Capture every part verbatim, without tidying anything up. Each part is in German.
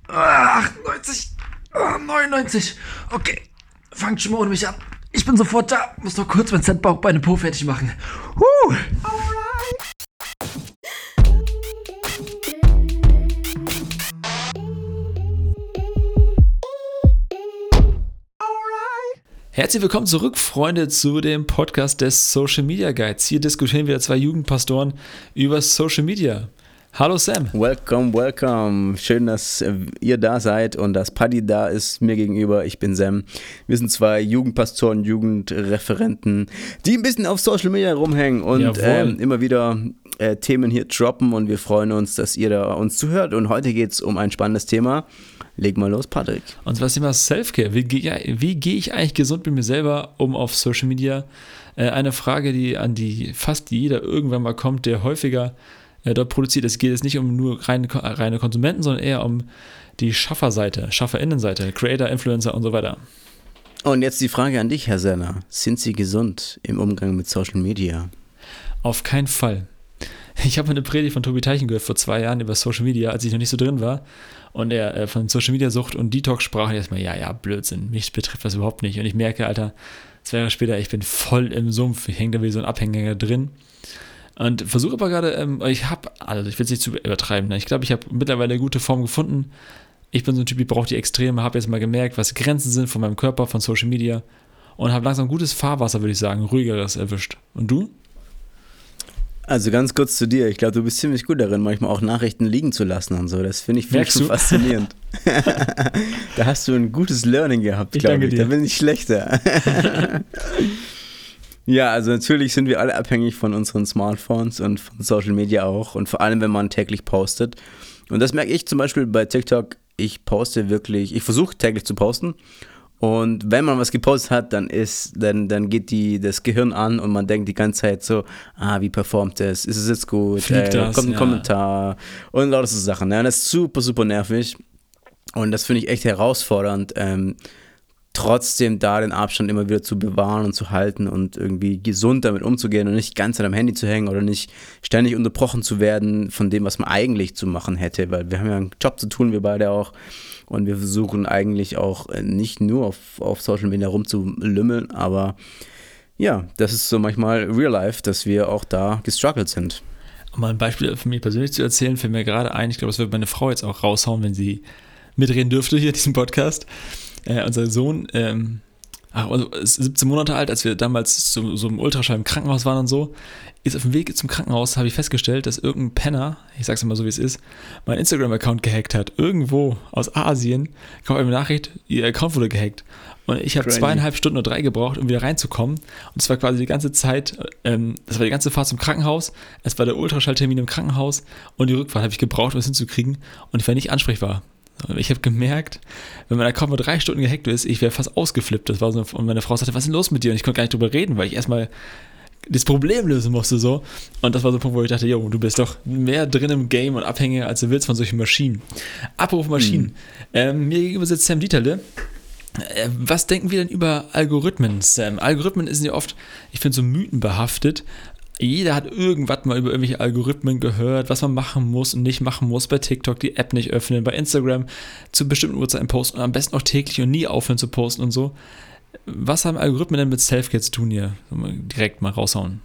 Ah, achtundneunzig. Ah, neunundneunzig. Okay, fangt schon mal ohne mich an. Ich bin sofort da. Muss noch kurz mein Set-Bauch bei einem Po fertig machen. Huh. Herzlich willkommen zurück, Freunde, zu dem Podcast des Social Media Guides. Hier diskutieren wir zwei Jugendpastoren über Social Media. Hallo Sam. Welcome, welcome. Schön, dass ihr da seid und dass Paddy da ist mir gegenüber. Ich bin Sam. Wir sind zwei Jugendpastoren, Jugendreferenten, die ein bisschen auf Social Media rumhängen und ähm, immer wieder äh, Themen hier droppen, und wir freuen uns, dass ihr da uns zuhört. Und heute geht es um ein spannendes Thema. Leg mal los, Patrick. Und zwar das Thema Self-Care. Wie, wie gehe ich eigentlich gesund mit mir selber um auf Social Media? Äh, eine Frage, die an die fast jeder irgendwann mal kommt, der häufiger äh, dort produziert. Es geht jetzt nicht um nur reine, reine Konsumenten, sondern eher um die Schafferseite, Schafferinnenseite, Creator, Influencer und so weiter. Und jetzt die Frage an dich, Herr Senner. Sind Sie gesund im Umgang mit Social Media? Auf keinen Fall. Ich habe eine Predigt von Tobi Teichen gehört vor zwei Jahren über Social Media, als ich noch nicht so drin war. Und er äh, von Social Media Sucht und Detox sprach und erstmal, ja, ja, Blödsinn, mich betrifft das überhaupt nicht. Und ich merke, Alter, zwei Jahre später, ich bin voll im Sumpf, ich hänge da wie so ein Abhängiger drin. Und versuche aber gerade, ähm, ich habe, also ich will es nicht zu übertreiben, ne? Ich glaube, ich habe mittlerweile eine gute Form gefunden. Ich bin so ein Typ, ich brauche die Extreme, habe jetzt mal gemerkt, was Grenzen sind von meinem Körper, von Social Media, und habe langsam gutes Fahrwasser, würde ich sagen, ruhigeres erwischt. Und du? Also ganz kurz zu dir, ich glaube, du bist ziemlich gut darin, manchmal auch Nachrichten liegen zu lassen und so. Das finde ich, find ich schon faszinierend. Da hast du ein gutes Learning gehabt, glaube ich. Dir. Da bin ich schlechter. Ja, also natürlich sind wir alle abhängig von unseren Smartphones und von Social Media auch. Und vor allem, wenn man täglich postet. Und das merke ich zum Beispiel bei TikTok. Ich poste wirklich, ich versuche täglich zu posten. Und wenn man was gepostet hat, dann ist, dann, dann geht die, das Gehirn an und man denkt die ganze Zeit so, ah, wie performt das? Ist es jetzt gut? Äh, das, kommt ein ja. Kommentar und lauter so Sachen. Ja, das ist super, super nervig. Und das finde ich echt herausfordernd, ähm, trotzdem da den Abstand immer wieder zu bewahren und zu halten und irgendwie gesund damit umzugehen und nicht ganz an am Handy zu hängen oder nicht ständig unterbrochen zu werden von dem, was man eigentlich zu machen hätte, weil wir haben ja einen Job zu tun, wir beide auch. Und wir versuchen eigentlich auch nicht nur auf, auf Social Media rumzulümmeln, aber ja, das ist so manchmal Real Life, dass wir auch da gestruggelt sind. Um mal ein Beispiel für mich persönlich zu erzählen, fällt mir gerade ein, ich glaube, das wird meine Frau jetzt auch raushauen, wenn sie mitreden dürfte hier in diesem Podcast. Äh, unser Sohn, ähm, ach, also ist siebzehn Monate alt, als wir damals zu so einem Ultraschall im Krankenhaus waren und so, ist auf dem Weg zum Krankenhaus, habe ich festgestellt, dass irgendein Penner, ich sag's mal so wie es ist, mein Instagram-Account gehackt hat. Irgendwo aus Asien kam eine Nachricht, ihr Account wurde gehackt. Und ich habe zweieinhalb Stunden oder drei gebraucht, um wieder reinzukommen. Und es war quasi die ganze Zeit, ähm, das war die ganze Fahrt zum Krankenhaus, es war der Ultraschalltermin im Krankenhaus und die Rückfahrt habe ich gebraucht, um es hinzukriegen, und ich war nicht ansprechbar. Ich habe gemerkt, wenn mein Account mal drei Stunden gehackt ist, ich wäre fast ausgeflippt. Das war so, und meine Frau sagte, was ist denn los mit dir? Und ich konnte gar nicht drüber reden, weil ich erstmal das Problem lösen musste so. Und das war so ein Punkt, wo ich dachte, jo, du bist doch mehr drin im Game und abhängiger, als du willst von solchen Maschinen. Apropos Maschinen. Mhm. Ähm, mir gegenüber sitzt Sam Dieterle. Äh, was denken wir denn über Algorithmen, Sam? Algorithmen sind ja oft, ich finde, so mythenbehaftet. Jeder hat irgendwas mal über irgendwelche Algorithmen gehört, was man machen muss und nicht machen muss. Bei TikTok die App nicht öffnen, bei Instagram zu bestimmten Uhrzeiten posten und am besten auch täglich und nie aufhören zu posten und so. Was haben Algorithmen denn mit Selfcare zu tun hier? Direkt mal raushauen.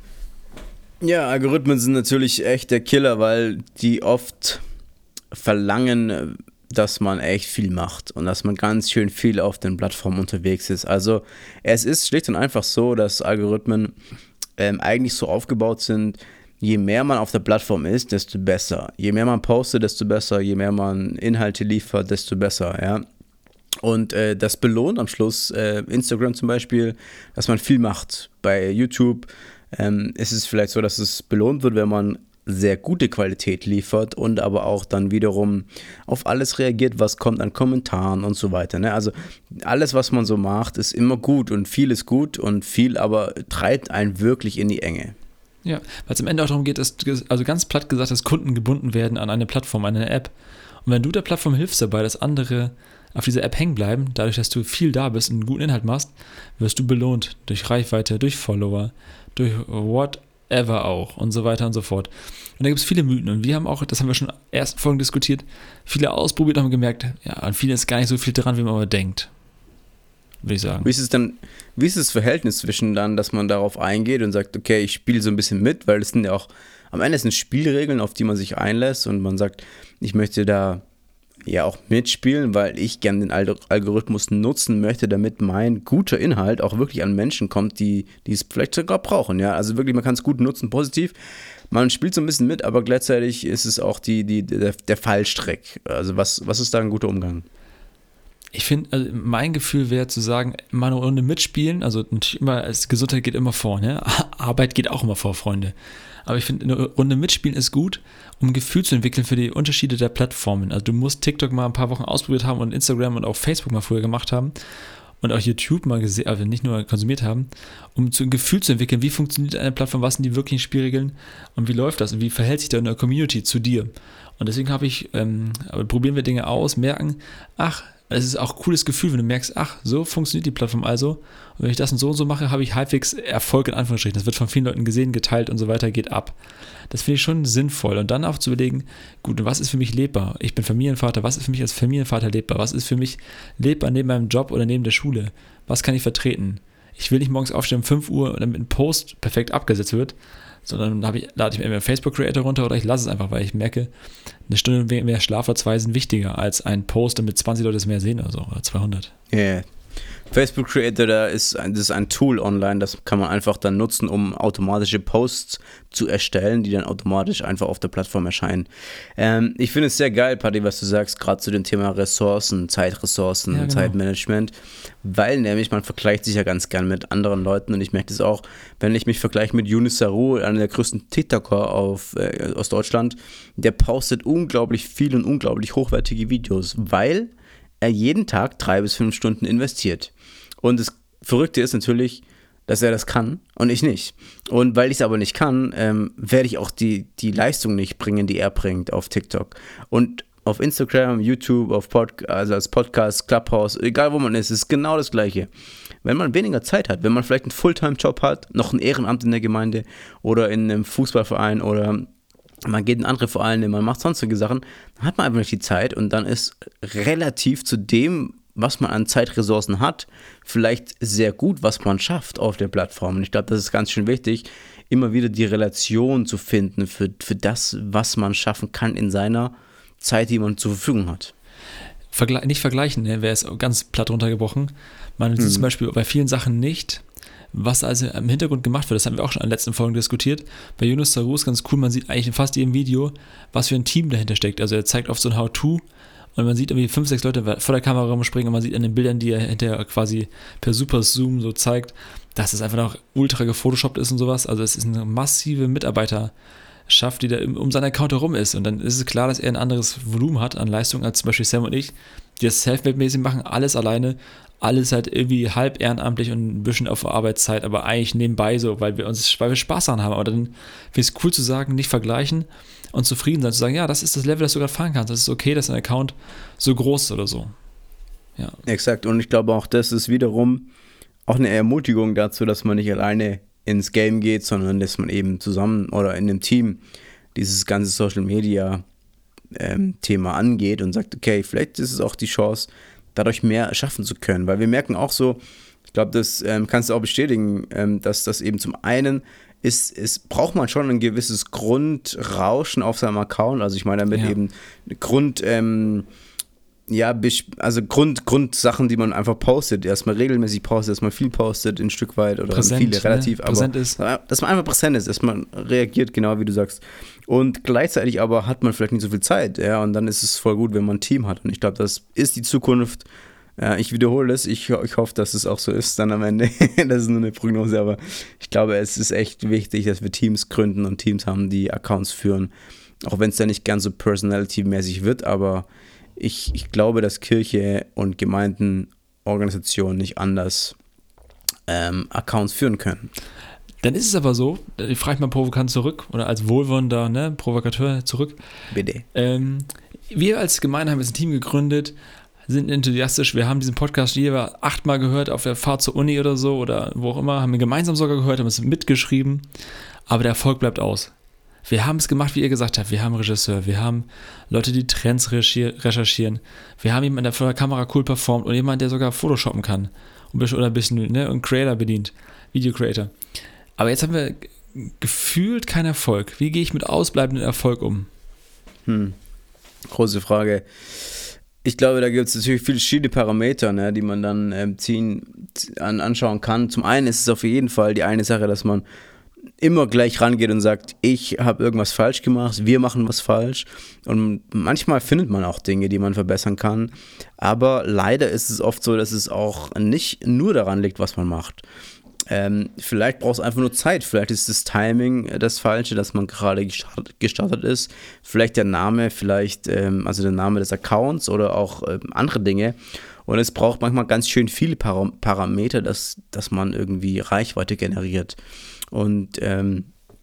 Ja, Algorithmen sind natürlich echt der Killer, weil die oft verlangen, dass man echt viel macht und dass man ganz schön viel auf den Plattformen unterwegs ist. Also es ist schlicht und einfach so, dass Algorithmen ähm, eigentlich so aufgebaut sind, je mehr man auf der Plattform ist, desto besser. Je mehr man postet, desto besser. Je mehr man Inhalte liefert, desto besser, ja. Und äh, das belohnt am Schluss, äh, Instagram zum Beispiel, dass man viel macht. Bei YouTube ähm, ist es vielleicht so, dass es belohnt wird, wenn man sehr gute Qualität liefert und aber auch dann wiederum auf alles reagiert, was kommt an Kommentaren und so weiter. Ne? Also alles, was man so macht, ist immer gut und viel ist gut und viel aber treibt einen wirklich in die Enge. Ja, weil es am Ende auch darum geht, dass, also ganz platt gesagt, dass Kunden gebunden werden an eine Plattform, an eine App. Und wenn du der Plattform hilfst dabei, dass andere auf dieser App hängen bleiben, dadurch, dass du viel da bist und einen guten Inhalt machst, wirst du belohnt durch Reichweite, durch Follower, durch what ever auch und so weiter und so fort. Und da gibt es viele Mythen und wir haben auch, das haben wir schon in der ersten Folge diskutiert, viele ausprobiert und haben gemerkt, ja, an vielen ist gar nicht so viel dran, wie man aber denkt, würde ich sagen. Wie ist es dann, wie ist das Verhältnis zwischen dann, dass man darauf eingeht und sagt, okay, ich spiele so ein bisschen mit, weil es sind ja auch, am Ende sind Spielregeln, auf die man sich einlässt und man sagt, ich möchte da ja auch mitspielen, weil ich gerne den Algorithmus nutzen möchte, damit mein guter Inhalt auch wirklich an Menschen kommt, die, die es vielleicht sogar brauchen. Ja? Also wirklich, man kann es gut nutzen, positiv. Man spielt so ein bisschen mit, aber gleichzeitig ist es auch die, die, der, der Fallstrick. Also was, was ist da ein guter Umgang? Ich finde, also mein Gefühl wäre zu sagen, mal eine Runde mitspielen, also natürlich immer, Gesundheit geht immer vor, ne? Arbeit geht auch immer vor, Freunde. Aber ich finde, eine Runde mitspielen ist gut, um ein Gefühl zu entwickeln für die Unterschiede der Plattformen. Also du musst TikTok mal ein paar Wochen ausprobiert haben und Instagram und auch Facebook mal früher gemacht haben und auch YouTube mal gesehen, also nicht nur konsumiert haben, um zu, ein Gefühl zu entwickeln, wie funktioniert eine Plattform, was sind die wirklichen Spielregeln und wie läuft das und wie verhält sich da eine Community zu dir. Und deswegen habe ich, ähm, probieren wir Dinge aus, merken, ach, es ist auch ein cooles Gefühl, wenn du merkst, ach, so funktioniert die Plattform also. Und wenn ich das und so und so mache, habe ich halbwegs Erfolg in Anführungsstrichen. Das wird von vielen Leuten gesehen, geteilt und so weiter, geht ab. Das finde ich schon sinnvoll. Und dann auch zu überlegen, gut, was ist für mich lebbar? Ich bin Familienvater, was ist für mich als Familienvater lebbar? Was ist für mich lebbar neben meinem Job oder neben der Schule? Was kann ich vertreten? Ich will nicht morgens aufstehen um fünf Uhr, damit ein Post perfekt abgesetzt wird, sondern dann ich, lade ich mir entweder Facebook Creator runter oder ich lasse es einfach, weil ich merke, eine Stunde mehr Schlaf oder zwei sind wichtiger als ein Post, damit zwanzig Leute es mehr sehen oder so, oder zweihundert. Ja, yeah. Facebook Creator, da ist, das ist ein Tool online, das kann man einfach dann nutzen, um automatische Posts zu erstellen, die dann automatisch einfach auf der Plattform erscheinen. Ähm, ich finde es sehr geil, Paddy, was du sagst, gerade zu dem Thema Ressourcen, Zeitressourcen, ja, genau. Zeitmanagement, weil nämlich man vergleicht sich ja ganz gern mit anderen Leuten und ich merke das auch, wenn ich mich vergleiche mit Yunus Saru, einer der größten TikToker auf, äh, aus Deutschland, der postet unglaublich viel und unglaublich hochwertige Videos, weil er jeden Tag drei bis fünf Stunden investiert. Und das Verrückte ist natürlich, dass er das kann und ich nicht. Und weil ich es aber nicht kann, ähm, werde ich auch die, die Leistung nicht bringen, die er bringt auf TikTok. Und auf Instagram, YouTube, auf Pod, also als Podcast, Clubhouse, egal wo man ist, ist genau das Gleiche. Wenn man weniger Zeit hat, wenn man vielleicht einen Fulltime-Job hat, noch ein Ehrenamt in der Gemeinde oder in einem Fußballverein oder man geht in andere Vereine, man macht sonstige Sachen, dann hat man einfach nicht die Zeit und dann ist relativ zu dem, was man an Zeitressourcen hat, vielleicht sehr gut, was man schafft auf der Plattform. Und ich glaube, das ist ganz schön wichtig, immer wieder die Relation zu finden für, für das, was man schaffen kann in seiner Zeit, die man zur Verfügung hat. Vergle- nicht vergleichen, ne? Wäre es ganz platt runtergebrochen. Man sieht hm. zum Beispiel bei vielen Sachen nicht, was also im Hintergrund gemacht wird. Das haben wir auch schon in den letzten Folgen diskutiert. Bei Yunus Saru ist ganz cool, man sieht eigentlich in fast jedem Video, was für ein Team dahinter steckt. Also er zeigt oft so ein How-To und man sieht irgendwie fünf, sechs Leute vor der Kamera rumspringen und man sieht an den Bildern, die er hinterher quasi per Super Zoom so zeigt, dass es einfach noch ultra gefotoshoppt ist und sowas. Also es ist eine massive Mitarbeiterschaft, die da um seinen Account herum ist. Und dann ist es klar, dass er ein anderes Volumen hat an Leistung als zum Beispiel Sam und ich, die das self-made-mäßig machen, alles alleine, alles halt irgendwie halb ehrenamtlich und ein bisschen auf Arbeitszeit, aber eigentlich nebenbei so, weil wir uns, weil wir Spaß daran haben. Aber dann finde ich es cool zu sagen, nicht vergleichen und zufrieden sein, zu sagen, ja, das ist das Level, das du gerade fahren kannst. Das ist okay, dass dein Account so groß ist oder so. Ja. Exakt. Und ich glaube auch, das ist wiederum auch eine Ermutigung dazu, dass man nicht alleine ins Game geht, sondern dass man eben zusammen oder in einem Team dieses ganze Social Media ähm, Thema angeht und sagt, okay, vielleicht ist es auch die Chance, dadurch mehr schaffen zu können, weil wir merken auch so, ich glaube, das ähm, kannst du auch bestätigen, ähm, dass das eben zum einen ist, ist, braucht man schon ein gewisses Grundrauschen auf seinem Account, also ich meine damit ja. eben Grund, ähm, ja, also Grund, Grundsachen, die man einfach postet, erstmal regelmäßig postet, dass man viel postet, ein Stück weit oder präsent, viele relativ, ne? aber präsent ist. dass man einfach präsent ist, dass man reagiert, genau wie du sagst. Und gleichzeitig aber hat man vielleicht nicht so viel Zeit, ja, und dann ist es voll gut, wenn man ein Team hat. Und ich glaube, das ist die Zukunft. Ja, ich wiederhole es, ich, ich hoffe, dass es auch so ist dann am Ende. Das ist nur eine Prognose, aber ich glaube, es ist echt wichtig, dass wir Teams gründen und Teams haben, die Accounts führen. Auch wenn es dann nicht ganz so personality-mäßig wird, aber ich, ich glaube, dass Kirche und Gemeinden, Organisationen nicht anders ähm, Accounts führen können. Dann ist es aber so, ich frage mal provokant zurück oder als wohlwollender ne, Provokateur zurück. Bitte. Ähm, wir als Gemeinde haben jetzt ein Team gegründet, sind enthusiastisch, wir haben diesen Podcast jeweils achtmal gehört auf der Fahrt zur Uni oder so oder wo auch immer, haben wir gemeinsam sogar gehört, haben es mitgeschrieben, aber der Erfolg bleibt aus. Wir haben es gemacht, wie ihr gesagt habt. Wir haben einen Regisseur, wir haben Leute, die Trends recherchieren. Wir haben jemanden, der vor der Kamera cool performt und jemanden, der sogar Photoshoppen kann. Oder ein bisschen, ne, und Creator bedient. Video-Creator. Aber jetzt haben wir gefühlt keinen Erfolg. Wie gehe ich mit ausbleibendem Erfolg um? Hm. Große Frage. Ich glaube, da gibt es natürlich viele verschiedene Parameter, ne, die man dann ähm, ziehen, an, anschauen kann. Zum einen ist es auf jeden Fall die eine Sache, dass man immer gleich rangeht und sagt, ich habe irgendwas falsch gemacht, wir machen was falsch. Und manchmal findet man auch Dinge, die man verbessern kann. Aber leider ist es oft so, dass es auch nicht nur daran liegt, was man macht. Ähm, vielleicht braucht es einfach nur Zeit, vielleicht ist das Timing das Falsche, dass man gerade gestartet, gestartet ist, vielleicht der Name, vielleicht ähm, also der Name des Accounts oder auch ähm, andere Dinge und es braucht manchmal ganz schön viele Par- Parameter, dass, dass man irgendwie Reichweite generiert und ähm,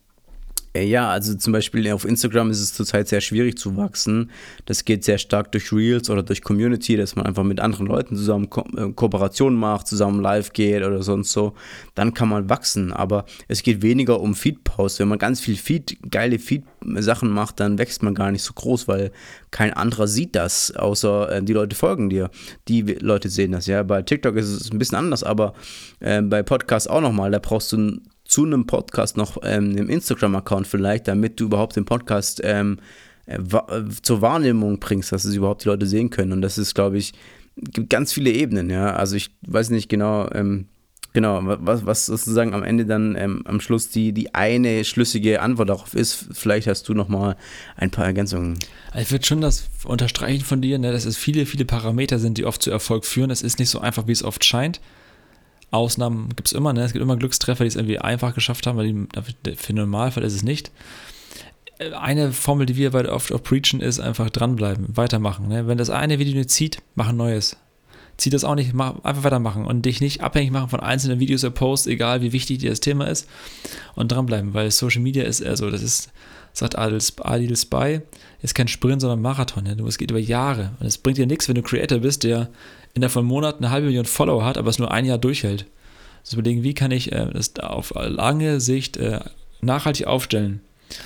ja, also zum Beispiel auf Instagram ist es zurzeit sehr schwierig zu wachsen. Das geht sehr stark durch Reels oder durch Community, dass man einfach mit anderen Leuten zusammen Ko- äh, Kooperationen macht, zusammen live geht oder sonst so. Dann kann man wachsen, aber es geht weniger um Feed-Posts. Wenn man ganz viel Feed, geile Feed-Sachen macht, dann wächst man gar nicht so groß, weil kein anderer sieht das, außer äh, die Leute folgen dir. Die Leute sehen das, ja. Bei TikTok ist es ein bisschen anders, aber äh, bei Podcasts auch nochmal, da brauchst du ein zu einem Podcast noch ähm, einem Instagram-Account vielleicht, damit du überhaupt den Podcast ähm, äh, wa- äh, zur Wahrnehmung bringst, dass es überhaupt die Leute sehen können. Und das ist, glaube ich, gibt ganz viele Ebenen, ja. Also ich weiß nicht genau, ähm, genau, was, was sozusagen am Ende dann ähm, am Schluss die, die eine schlüssige Antwort darauf ist. Vielleicht hast du noch mal ein paar Ergänzungen. Ich würde schon das unterstreichen von dir, ne, dass es viele, viele Parameter sind, die oft zu Erfolg führen. Es ist nicht so einfach, wie es oft scheint. Ausnahmen gibt es immer, ne? Es gibt immer Glückstreffer, die es irgendwie einfach geschafft haben, weil die, für den Normalfall ist es nicht. Eine Formel, die wir beide oft auch preachen, ist einfach dranbleiben, weitermachen. Ne? Wenn das eine Video nicht zieht, mach ein neues. Zieh das auch nicht, mach, einfach weitermachen und dich nicht abhängig machen von einzelnen Videos oder Posts, egal wie wichtig dir das Thema ist, und dranbleiben, weil Social Media ist eher so, das ist, sagt Adil, Adil Spy, ist kein Sprint, sondern Marathon. Ne? Es geht über Jahre und es bringt dir nichts, wenn du Creator bist, der innerhalb von Monaten eine halbe Million Follower hat, aber es nur ein Jahr durchhält. Also überlegen, wie kann ich äh, das auf lange Sicht äh, nachhaltig aufstellen.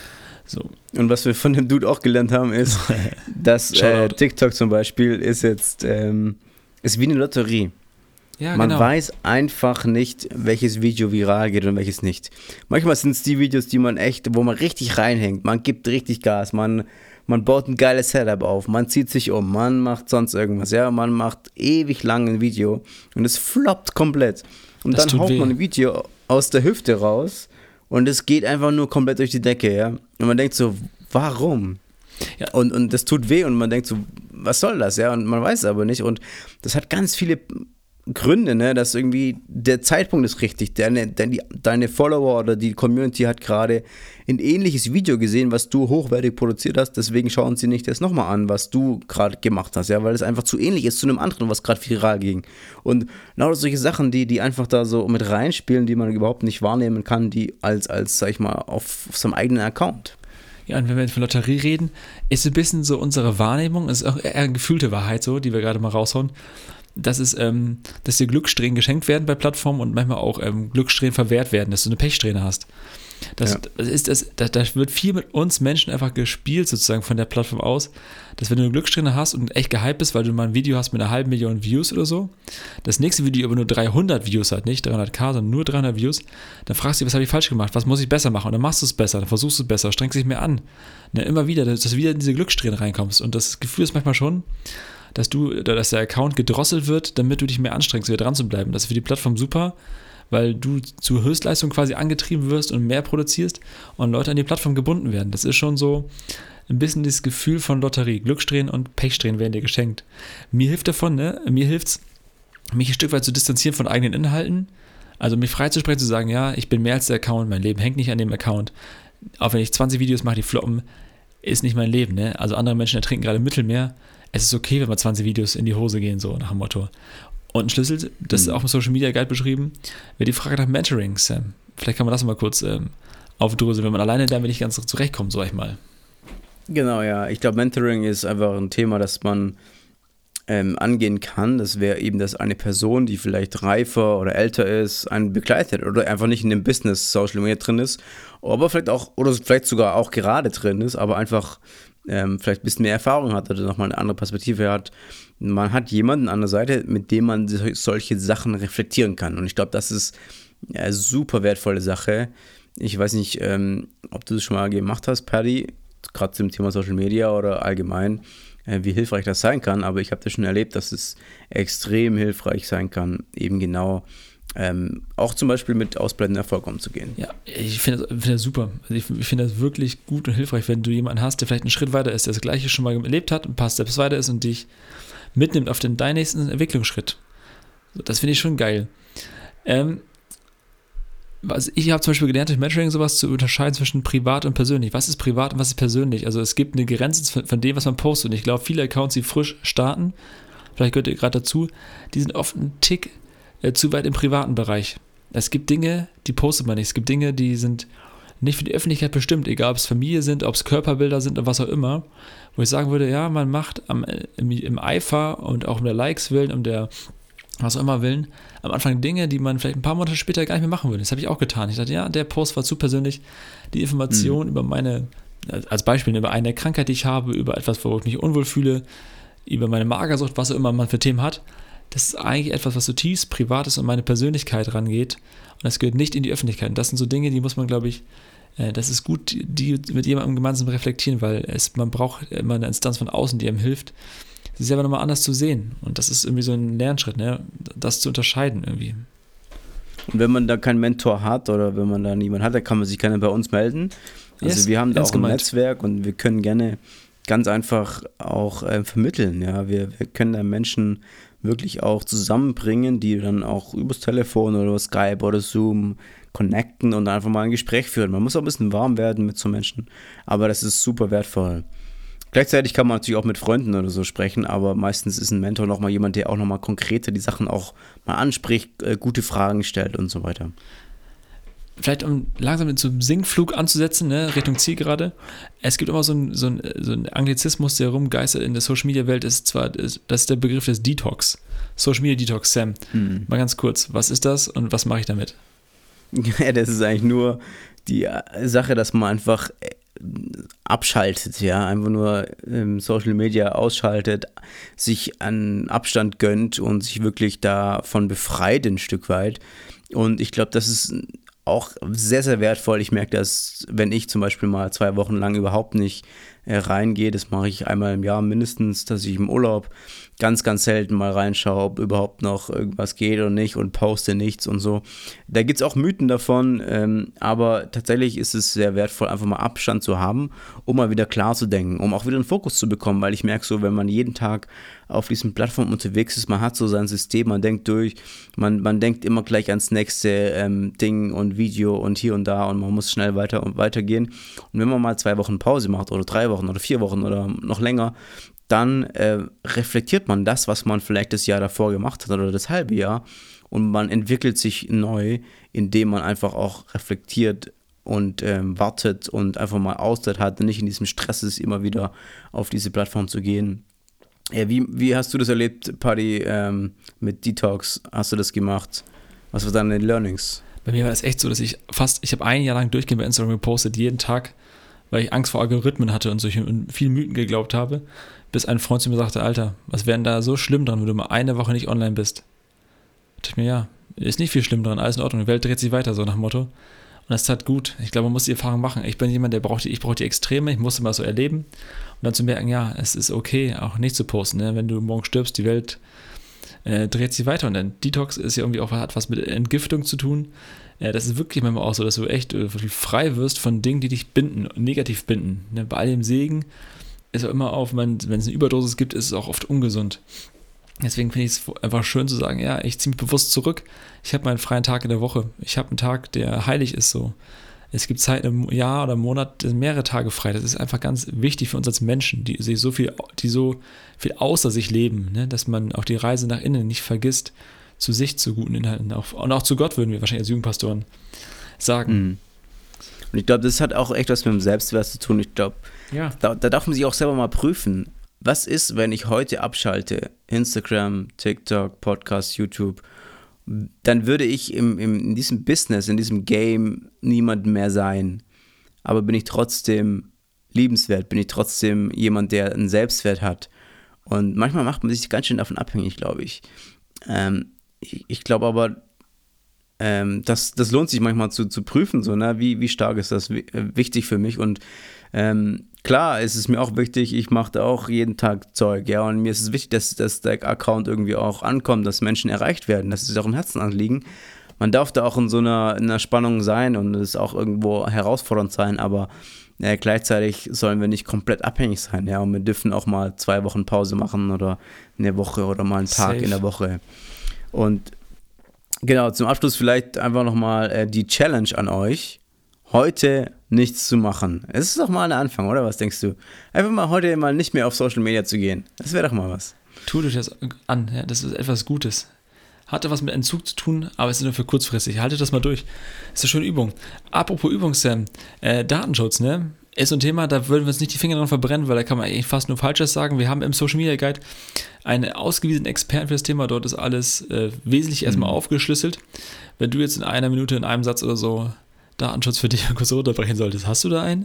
So. Und was wir von dem Dude auch gelernt haben, ist, dass äh, TikTok zum Beispiel ist jetzt ähm, ist wie eine Lotterie. Ja, man genau. weiß einfach nicht, welches Video viral geht und welches nicht. Manchmal sind es die Videos, die man echt, wo man richtig reinhängt, man gibt richtig Gas, man Man baut ein geiles Setup auf, man zieht sich um, man macht sonst irgendwas, ja, man macht ewig lang ein Video und es floppt komplett. Und das dann haut weh. man ein Video aus der Hüfte raus und es geht einfach nur komplett durch die Decke, ja. Und man denkt so, warum? Ja. Und, und das tut weh und man denkt so, was soll das, ja, und man weiß es aber nicht und das hat ganz viele Gründe, ne, dass irgendwie der Zeitpunkt ist richtig, deine, deine, deine Follower oder die Community hat gerade ein ähnliches Video gesehen, was du hochwertig produziert hast, deswegen schauen sie nicht das nochmal an, was du gerade gemacht hast, ja, weil es einfach zu ähnlich ist zu einem anderen, was gerade viral ging. Und lauter solche Sachen, die, die einfach da so mit reinspielen, die man überhaupt nicht wahrnehmen kann, die als, als sag ich mal, auf, auf seinem eigenen Account. Ja, und wenn wir von Lotterie reden, ist ein bisschen so unsere Wahrnehmung, ist auch eher eine gefühlte Wahrheit so, die wir gerade mal raushauen, dass es, ähm, dass dir Glückssträhnen geschenkt werden bei Plattformen und manchmal auch ähm, Glückssträhnen verwehrt werden, dass du eine Pechsträhne hast. Das, ja. das ist das, da, da wird viel mit uns Menschen einfach gespielt sozusagen von der Plattform aus, dass wenn du eine Glückssträhne hast und echt gehypt bist, weil du mal ein Video hast mit einer halben Million Views oder so, das nächste Video aber nur dreihundert Views hat, nicht dreihunderttausend, sondern nur dreihundert Views, dann fragst du dich, was habe ich falsch gemacht, was muss ich besser machen und dann machst du es besser, dann versuchst du es besser, strengst dich mehr an. Ne, immer wieder, dass du wieder in diese Glückssträhne reinkommst und das Gefühl ist manchmal schon, dass du, dass der Account gedrosselt wird, damit du dich mehr anstrengst, wieder dran zu bleiben. Das ist für die Plattform super, weil du zu Höchstleistung quasi angetrieben wirst und mehr produzierst und Leute an die Plattform gebunden werden. Das ist schon so ein bisschen das Gefühl von Lotterie. Glückssträhnen und Pechsträhnen werden dir geschenkt. Mir hilft davon, ne? Mir hilft es, mich ein Stück weit zu distanzieren von eigenen Inhalten, also mich freizusprechen, zu sagen, ja, ich bin mehr als der Account, mein Leben hängt nicht an dem Account. Auch wenn ich zwanzig Videos mache, die floppen, ist nicht mein Leben, ne? Also andere Menschen ertrinken gerade im Mittelmeer. Es ist okay, wenn mal zwanzig Videos in die Hose gehen, so nach dem Motto. Und ein Schlüssel, das ist auch im Social Media Guide beschrieben, wäre die Frage nach Mentoring, Sam. Vielleicht kann man das mal kurz ähm, aufdröseln, wenn man alleine damit nicht ganz zurechtkommt, sag ich mal. Genau, ja. Ich glaube, Mentoring ist einfach ein Thema, das man ähm, angehen kann. Das wäre eben, dass eine Person, die vielleicht reifer oder älter ist, einen begleitet oder einfach nicht in dem Business Social Media drin ist, aber vielleicht auch, oder vielleicht sogar auch gerade drin ist, aber einfach ähm, vielleicht ein bisschen mehr Erfahrung hat oder nochmal eine andere Perspektive hat. Man hat jemanden an der Seite, mit dem man solche Sachen reflektieren kann. Und ich glaube, das ist eine super wertvolle Sache. Ich weiß nicht, ähm, ob du das schon mal gemacht hast, Paddy, gerade zum Thema Social Media oder allgemein, äh, wie hilfreich das sein kann, aber ich habe das schon erlebt, dass es extrem hilfreich sein kann, eben genau ähm, auch zum Beispiel mit ausbleibendem Erfolg umzugehen. Ja, ich finde das, find das super. Also ich, ich finde das wirklich gut und hilfreich, wenn du jemanden hast, der vielleicht einen Schritt weiter ist, der das Gleiche schon mal erlebt hat, ein paar Steps weiter ist und dich mitnimmt auf den deinen nächsten Entwicklungsschritt. Das finde ich schon geil. Ähm, was ich habe zum Beispiel gelernt, durch Mentoring sowas zu unterscheiden zwischen privat und persönlich. Was ist privat und was ist persönlich? Also es gibt eine Grenze von, von dem, was man postet. Und ich glaube, viele Accounts, die frisch starten, vielleicht gehört ihr gerade dazu, die sind oft einen Tick äh, zu weit im privaten Bereich. Es gibt Dinge, die postet man nicht. Es gibt Dinge, die sind nicht für die Öffentlichkeit bestimmt, egal ob es Familie sind, ob es Körperbilder sind oder was auch immer, wo ich sagen würde, ja, man macht am, im, im Eifer und auch um der Likes willen, um der was auch immer willen, am Anfang Dinge, die man vielleicht ein paar Monate später gar nicht mehr machen würde. Das habe ich auch getan. Ich dachte, ja, der Post war zu persönlich. Die Information mhm. über meine, als Beispiel, über eine Krankheit, die ich habe, über etwas, wo ich mich unwohl fühle, über meine Magersucht, was auch immer man für Themen hat, das ist eigentlich etwas, was zutiefst privat ist und meine Persönlichkeit rangeht. Und das gehört nicht in die Öffentlichkeit. Und das sind so Dinge, die muss man, glaube ich, äh, das ist gut, die mit jemandem gemeinsam reflektieren, weil es, man braucht immer eine Instanz von außen, die einem hilft, sich selber nochmal anders zu sehen. Und das ist irgendwie so ein Lernschritt, ne? Das zu unterscheiden irgendwie. Und wenn man da keinen Mentor hat oder wenn man da niemanden hat, dann kann man sich gerne bei uns melden. Also yes, wir haben da auch ein gemeint. Netzwerk und wir können gerne ganz einfach auch äh, vermitteln. Ja, wir, wir können da Menschen wirklich auch zusammenbringen, die dann auch übers Telefon oder über Skype oder Zoom connecten und einfach mal ein Gespräch führen. Man muss auch ein bisschen warm werden mit so Menschen, aber das ist super wertvoll. Gleichzeitig kann man natürlich auch mit Freunden oder so sprechen, aber meistens ist ein Mentor nochmal jemand, der auch nochmal konkreter die Sachen auch mal anspricht, äh, gute Fragen stellt und so weiter. Vielleicht um langsam in so einem Sinkflug anzusetzen, ne, Richtung Zielgerade. Es gibt immer so einen so ein, so ein Anglizismus, der rumgeistert in der Social-Media-Welt, ist zwar, das ist der Begriff des Detox. Social-Media-Detox, Sam. Mhm. Mal ganz kurz, was ist das und was mache ich damit? Ja, das ist eigentlich nur die Sache, dass man einfach abschaltet, ja, einfach nur ähm, Social Media ausschaltet, sich einen Abstand gönnt und sich wirklich davon befreit ein Stück weit. Und ich glaube, das ist auch sehr, sehr wertvoll. Ich merke das, wenn ich zum Beispiel mal zwei Wochen lang überhaupt nicht äh, reingehe, das mache ich einmal im Jahr mindestens, dass ich im Urlaub ganz, ganz selten mal reinschaue, ob überhaupt noch irgendwas geht oder nicht und poste nichts und so. Da gibt es auch Mythen davon, ähm, aber tatsächlich ist es sehr wertvoll, einfach mal Abstand zu haben, um mal wieder klar zu denken, um auch wieder einen Fokus zu bekommen, weil ich merke so, wenn man jeden Tag auf diesen Plattformen unterwegs ist, man hat so sein System, man denkt durch, man, man denkt immer gleich ans nächste ähm, Ding und Video und hier und da und man muss schnell weiter und weitergehen. Und wenn man mal zwei Wochen Pause macht oder drei Wochen oder vier Wochen oder noch länger, dann äh, reflektiert man das, was man vielleicht das Jahr davor gemacht hat oder das halbe Jahr und man entwickelt sich neu, indem man einfach auch reflektiert und ähm, wartet und einfach mal Auszeit hat und nicht in diesem Stress ist, immer wieder auf diese Plattform zu gehen. Ja, wie, wie hast du das erlebt, Paddy, ähm, mit Detox? Hast du das gemacht? Was waren deine Learnings? Bei mir war es echt so, dass ich fast, ich habe ein Jahr lang durchgehend bei Instagram gepostet, jeden Tag, weil ich Angst vor Algorithmen hatte und solche und vielen Mythen geglaubt habe, bis ein Freund zu mir sagte, Alter, was wäre denn da so schlimm dran, wenn du mal eine Woche nicht online bist? Da dachte ich mir, ja, ist nicht viel schlimm dran, alles in Ordnung, die Welt dreht sich weiter, so nach dem Motto. Und das tat gut. Ich glaube, man muss die Erfahrung machen. Ich bin jemand, der braucht die, ich brauche die Extreme, ich musste mal so erleben und dann zu merken, ja, es ist okay, auch nicht zu posten, ne? Wenn du morgen stirbst, die Welt äh, dreht sich weiter und dann Detox ist ja irgendwie auch, hat was mit Entgiftung zu tun. Ja, das ist wirklich manchmal auch so, dass du echt äh, frei wirst von Dingen, die dich binden, negativ binden. Ne? Bei all dem Segen ist auch immer auf, wenn es eine Überdosis gibt, ist es auch oft ungesund. Deswegen finde ich es einfach schön zu sagen, ja, ich ziehe mich bewusst zurück. Ich habe meinen freien Tag in der Woche. Ich habe einen Tag, der heilig ist so. Es gibt Zeit im Jahr oder im Monat, mehrere Tage frei. Das ist einfach ganz wichtig für uns als Menschen, die, die, so, viel, die so viel außer sich leben, ne? Dass man auch die Reise nach innen nicht vergisst, zu sich, zu guten Inhalten. Auch, und auch zu Gott würden wir wahrscheinlich als Jugendpastoren sagen. Mhm. Und ich glaube, das hat auch echt was mit dem Selbstwert zu tun. Ich glaube, ja. da, da darf man sich auch selber mal prüfen. was ist, wenn ich heute abschalte, Instagram, TikTok, Podcast, YouTube, dann würde ich im, im, in diesem Business, in diesem Game niemand mehr sein. Aber bin ich trotzdem liebenswert, bin ich trotzdem jemand, der einen Selbstwert hat. Und manchmal macht man sich ganz schön davon abhängig, glaube ich. Ähm, ich. Ich glaube aber, ähm, das, das lohnt sich manchmal zu, zu prüfen, so, ne? wie, wie stark ist das w- wichtig für mich. Und ähm, klar ist es mir auch wichtig, ich mache da auch jeden Tag Zeug, ja, und mir ist es wichtig, dass, dass der Account irgendwie auch ankommt, dass Menschen erreicht werden, das ist auch ein Herzensanliegen. Man darf da auch in so einer, in einer Spannung sein und es auch irgendwo herausfordernd sein, aber äh, gleichzeitig sollen wir nicht komplett abhängig sein, ja, und wir dürfen auch mal zwei Wochen Pause machen oder eine Woche oder mal einen Tag Safe. in der Woche. Und genau, zum Abschluss vielleicht einfach nochmal äh, die Challenge an euch, heute nichts zu machen. Es ist doch mal ein Anfang, oder? Was denkst du? Einfach mal heute mal nicht mehr auf Social Media zu gehen. Das wäre doch mal was. Tu dich das an, ja, das ist etwas Gutes. Hatte was mit Entzug zu tun, aber es ist nur für kurzfristig. Haltet das mal durch. Das ist eine schöne Übung. Apropos Übung, Sam, äh, Datenschutz, ne? Ist so ein Thema, da würden wir uns nicht die Finger dran verbrennen, weil da kann man eigentlich fast nur Falsches sagen. Wir haben im Social Media Guide einen ausgewiesenen Experten für das Thema. Dort ist alles äh, wesentlich erstmal mhm. aufgeschlüsselt. Wenn du jetzt in einer Minute, in einem Satz oder so Datenschutz für dich kurz runterbrechen solltest, hast du da einen?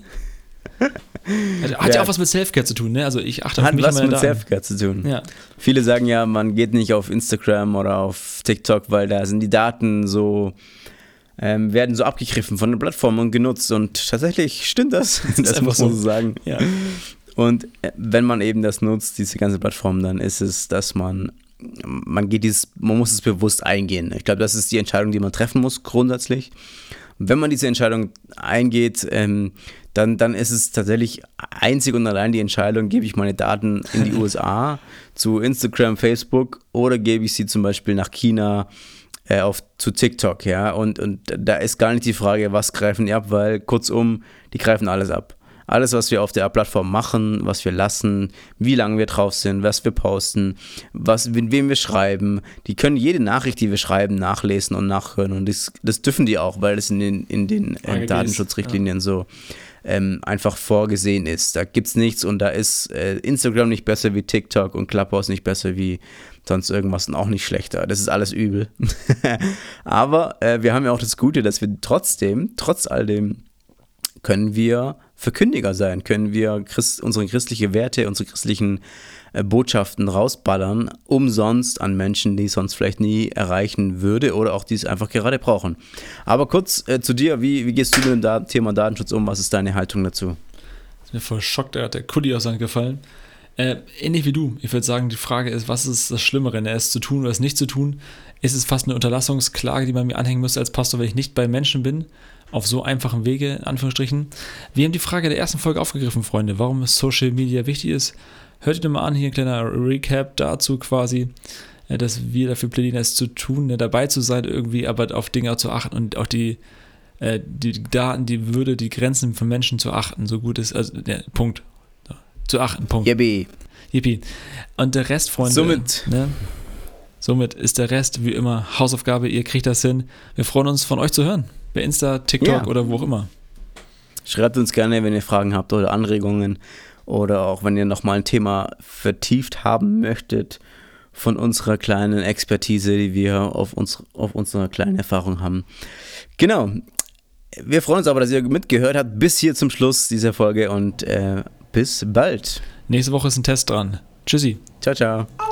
Hat ja, ja auch was mit Selfcare zu tun, ne? Also ich achte auf mich. Hat was mit Daten. Selfcare zu tun. Ja. Viele sagen ja, man geht nicht auf Instagram oder auf TikTok, weil da sind die Daten so, ähm, werden so abgegriffen von den Plattformen und genutzt und tatsächlich stimmt das. Das, das muss man so sagen. Ja. Und wenn man eben das nutzt, diese ganze Plattform, dann ist es, dass man, man geht dieses, man muss es bewusst eingehen. Ich glaube, das ist die Entscheidung, die man treffen muss, grundsätzlich. Und wenn man diese Entscheidung eingeht, ähm, dann, dann ist es tatsächlich einzig und allein die Entscheidung, gebe ich meine Daten in die U S A zu Instagram, Facebook oder gebe ich sie zum Beispiel nach China äh, auf, zu TikTok, ja, und, und da ist gar nicht die Frage, was greifen die ab, weil kurzum, die greifen alles ab. Alles, was wir auf der Plattform machen, was wir lassen, wie lange wir drauf sind, was wir posten, was, mit wem wir schreiben, die können jede Nachricht, die wir schreiben, nachlesen und nachhören. Und das, das dürfen die auch, weil das in den, in den äh, Datenschutzrichtlinien ja. so ähm, einfach vorgesehen ist. Da gibt es nichts und da ist äh, Instagram nicht besser wie TikTok und Clubhouse nicht besser wie sonst irgendwas und auch nicht schlechter. Das ist alles übel. Aber äh, wir haben ja auch das Gute, dass wir trotzdem, trotz all dem, können wir Verkündiger sein, können wir Christ, unsere christlichen Werte, unsere christlichen äh, Botschaften rausballern, umsonst an Menschen, die es sonst vielleicht nie erreichen würde oder auch die es einfach gerade brauchen. Aber kurz äh, zu dir, wie, wie gehst du mit dem Dat- Thema Datenschutz um? Was ist deine Haltung dazu? Ich bin voll schockt, da hat der Kuddi aus Sand gefallen. Äh, ähnlich wie du. Ich würde sagen, die Frage ist, was ist das Schlimmere, ne? Es zu tun oder es nicht zu tun? Ist es fast eine Unterlassungsklage, die man mir anhängen müsste als Pastor, wenn ich nicht bei Menschen bin? Auf so einfachen Wege, in Anführungsstrichen. Wir haben die Frage der ersten Folge aufgegriffen, Freunde, warum Social Media wichtig ist. Hört ihr mal an, hier ein kleiner Recap dazu quasi, dass wir dafür plädieren, es zu tun, dabei zu sein irgendwie, aber auf Dinge auch zu achten und auch die, die Daten, die Würde, die Grenzen von Menschen zu achten, so gut ist, also der Punkt. Zu achten, Punkt. Yippie. Yippie. Und der Rest, Freunde. Somit. Ne? Somit ist der Rest, wie immer, Hausaufgabe, ihr kriegt das hin. Wir freuen uns, von euch zu hören. Bei Insta, TikTok ja. oder wo auch immer. Schreibt uns gerne, wenn ihr Fragen habt oder Anregungen oder auch wenn ihr nochmal ein Thema vertieft haben möchtet von unserer kleinen Expertise, die wir auf, uns, auf unserer kleinen Erfahrung haben. Genau. Wir freuen uns aber, dass ihr mitgehört habt bis hier zum Schluss dieser Folge und äh, bis bald. Nächste Woche ist ein Test dran. Tschüssi. Ciao, ciao.